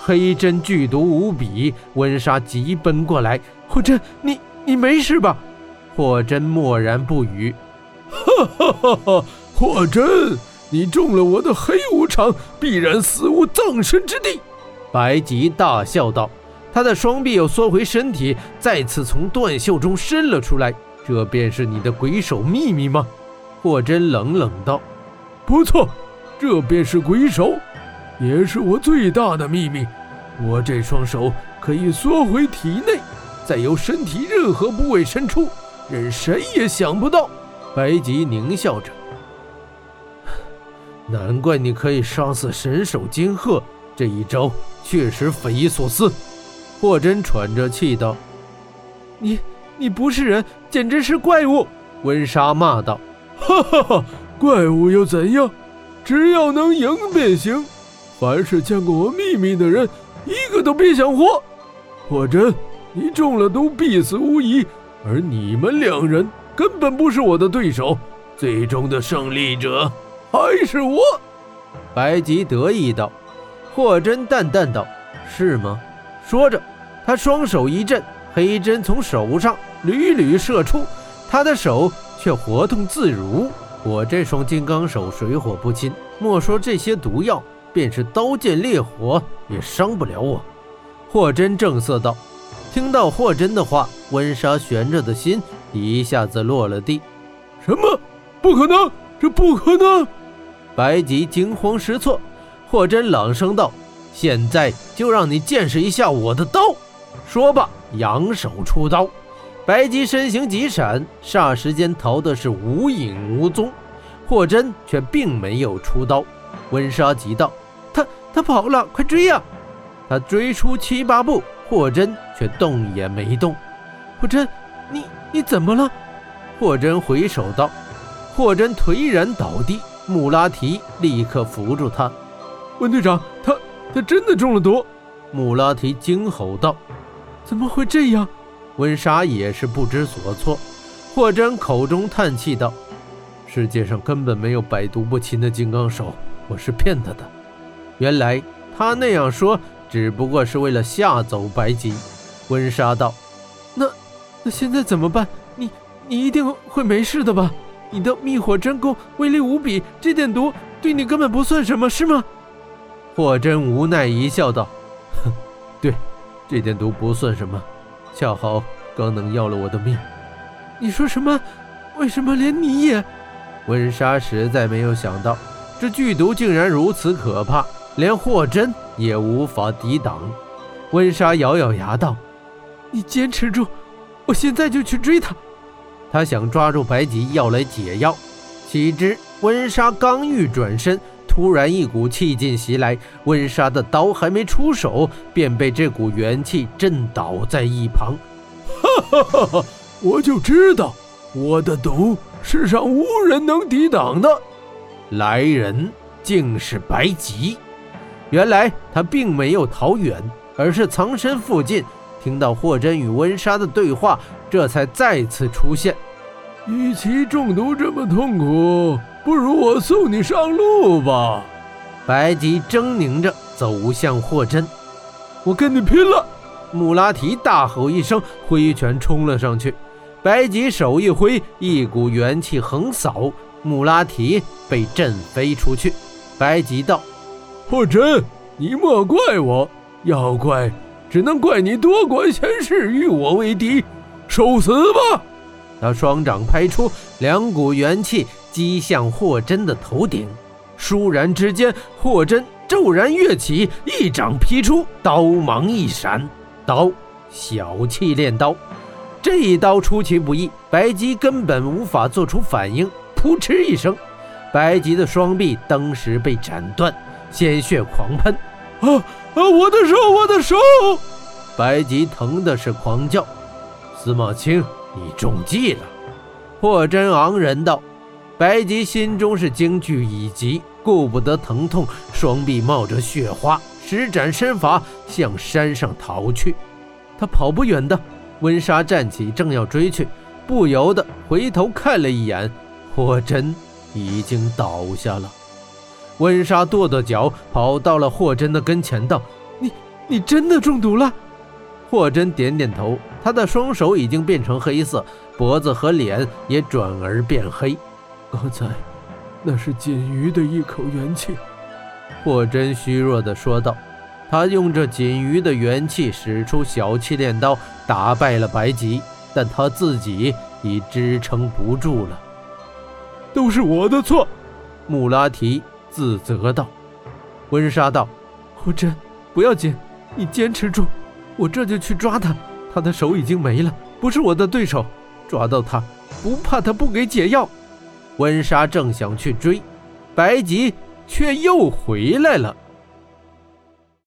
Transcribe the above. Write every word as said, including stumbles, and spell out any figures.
黑针剧毒无比，温莎急奔过来。霍真，你你没事吧？霍真默然不语。 哈哈哈哈！霍真，你中了我的黑无常，必然死无葬身之地。 白吉大笑道，他的双臂又缩回身体，再次从断袖中伸了出来。这便是你的鬼手秘密吗？霍真冷冷道。 不错，这便是鬼手，也是我最大的秘密。我这双手可以缩回体内，再由身体任何部位伸出，任谁也想不到。 白吉狞笑着，难怪你可以杀死神手金鹤，这一招确实匪夷所思。霍真喘着气道，你你不是人，简直是怪物！温莎骂道。 哈哈哈，怪物又怎样？只要能赢便行。凡是见过我秘密的人，一个都别想活。霍真，你中了毒必死无疑，而你们两人根本不是我的对手，最终的胜利者还是我。 白吉得意道。霍真淡淡道，是吗？说着，他双手一震，黑针从手上屡屡射出，他的手却活动自如。我这双金刚手水火不侵，莫说这些毒药，便是刀剑烈火也伤不了我。霍真正色道。听到霍真的话，温莎悬着的心一下子落了地。 什么？不可能，这不可能！ 白吉惊慌失措。霍真朗声道，现在就让你见识一下我的刀。说罢扬手出刀，白吉身形急闪，霎时间逃的是无影无踪。霍真却并没有出刀。温莎急道，他他跑了，快追啊！他追出七八步，霍真却动也没动。霍真，你你怎么了？霍真回首道。霍真颓然倒地，穆拉提立刻扶住他。 温队长，他他真的中了毒！ 穆拉提惊吼道。 怎么会这样？ 温莎也是不知所措。霍真口中叹气道，世界上根本没有百毒不侵的金刚手，我是骗他的。原来他那样说只不过是为了吓走白吉。温莎道，那那现在怎么办？你你一定会没事的吧？你的密火真功威力无比，这点毒对你根本不算什么，是吗？霍真无奈一笑道，哼，对，这点毒不算什么，恰好刚能要了我的命。你说什么？为什么连你也？温莎实在没有想到，这剧毒竟然如此可怕，连霍真也无法抵挡。温莎咬咬牙道，你坚持住，我现在就去追他。他想抓住白吉要来解药，岂知温莎刚欲转身，突然一股气劲袭来，温莎的刀还没出手，便被这股元气震倒在一旁。 哈哈哈哈！我就知道，我的毒世上无人能抵挡的。 来人竟是白吉。原来他并没有逃远，而是藏身附近，听到霍真与温莎的对话，这才再次出现。 与其中毒这么痛苦，不如我送你上路吧。 白吉狰狞着走向霍真。 我跟你拼了！ 穆拉提大吼一声，挥拳冲了上去。白吉手一挥，一股元气横扫，穆拉提被震飞出去。白吉道， 霍真，你莫怪我，要怪只能怪你多管闲事，与我为敌，受死吧！ 他双掌拍出，两股元气击向霍真的头顶。倏然之间，霍真骤然跃起，一掌劈出，刀芒一闪。刀，小气炼刀。这一刀出其不意，白吉根本无法做出反应。扑哧一声，白吉的双臂当时被斩断，鲜血狂喷。 啊啊！我的手，我的手！ 白吉疼的是狂叫。司马清，你中计了！霍真昂然道。白吉心中是惊惧已极，顾不得疼痛，双臂冒着血花，施展身法向山上逃去。他跑不远的。温莎站起，正要追去，不由得回头看了一眼，霍真已经倒下了。温莎跺跺脚，跑到了霍真的跟前道，你你真的中毒了？霍真点点头，他的双手已经变成黑色，脖子和脸也转而变黑。 刚才那是锦鱼的一口元气。 霍真虚弱地说道，他用这锦鱼的元气使出小气炼刀，打败了白吉，但他自己已支撑不住了。 都是我的错， 穆拉提自责道。温莎道，霍真，不要紧，你坚持住，我这就去抓他，他的手已经没了，不是我的对手，抓到他，不怕他不给解药。温莎正想去追，白吉却又回来了。